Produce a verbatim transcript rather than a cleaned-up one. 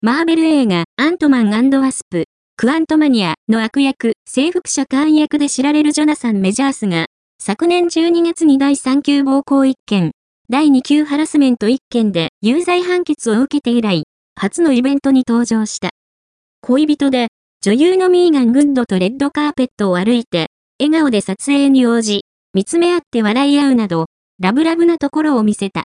マーベル映画、アントマン&ワスプ、クアントマニアの悪役、征服者カーン役で知られるジョナサン・メジャースが、昨年じゅうにがつにだいさん級暴行いっけん、だいに級ハラスメントいっけんで有罪判決を受けて以来、初のイベントに登場した。恋人で、女優のミーガン・グッドとレッドカーペットを歩いて、笑顔で撮影に応じ、見つめ合って笑い合うなど、ラブラブなところを見せた。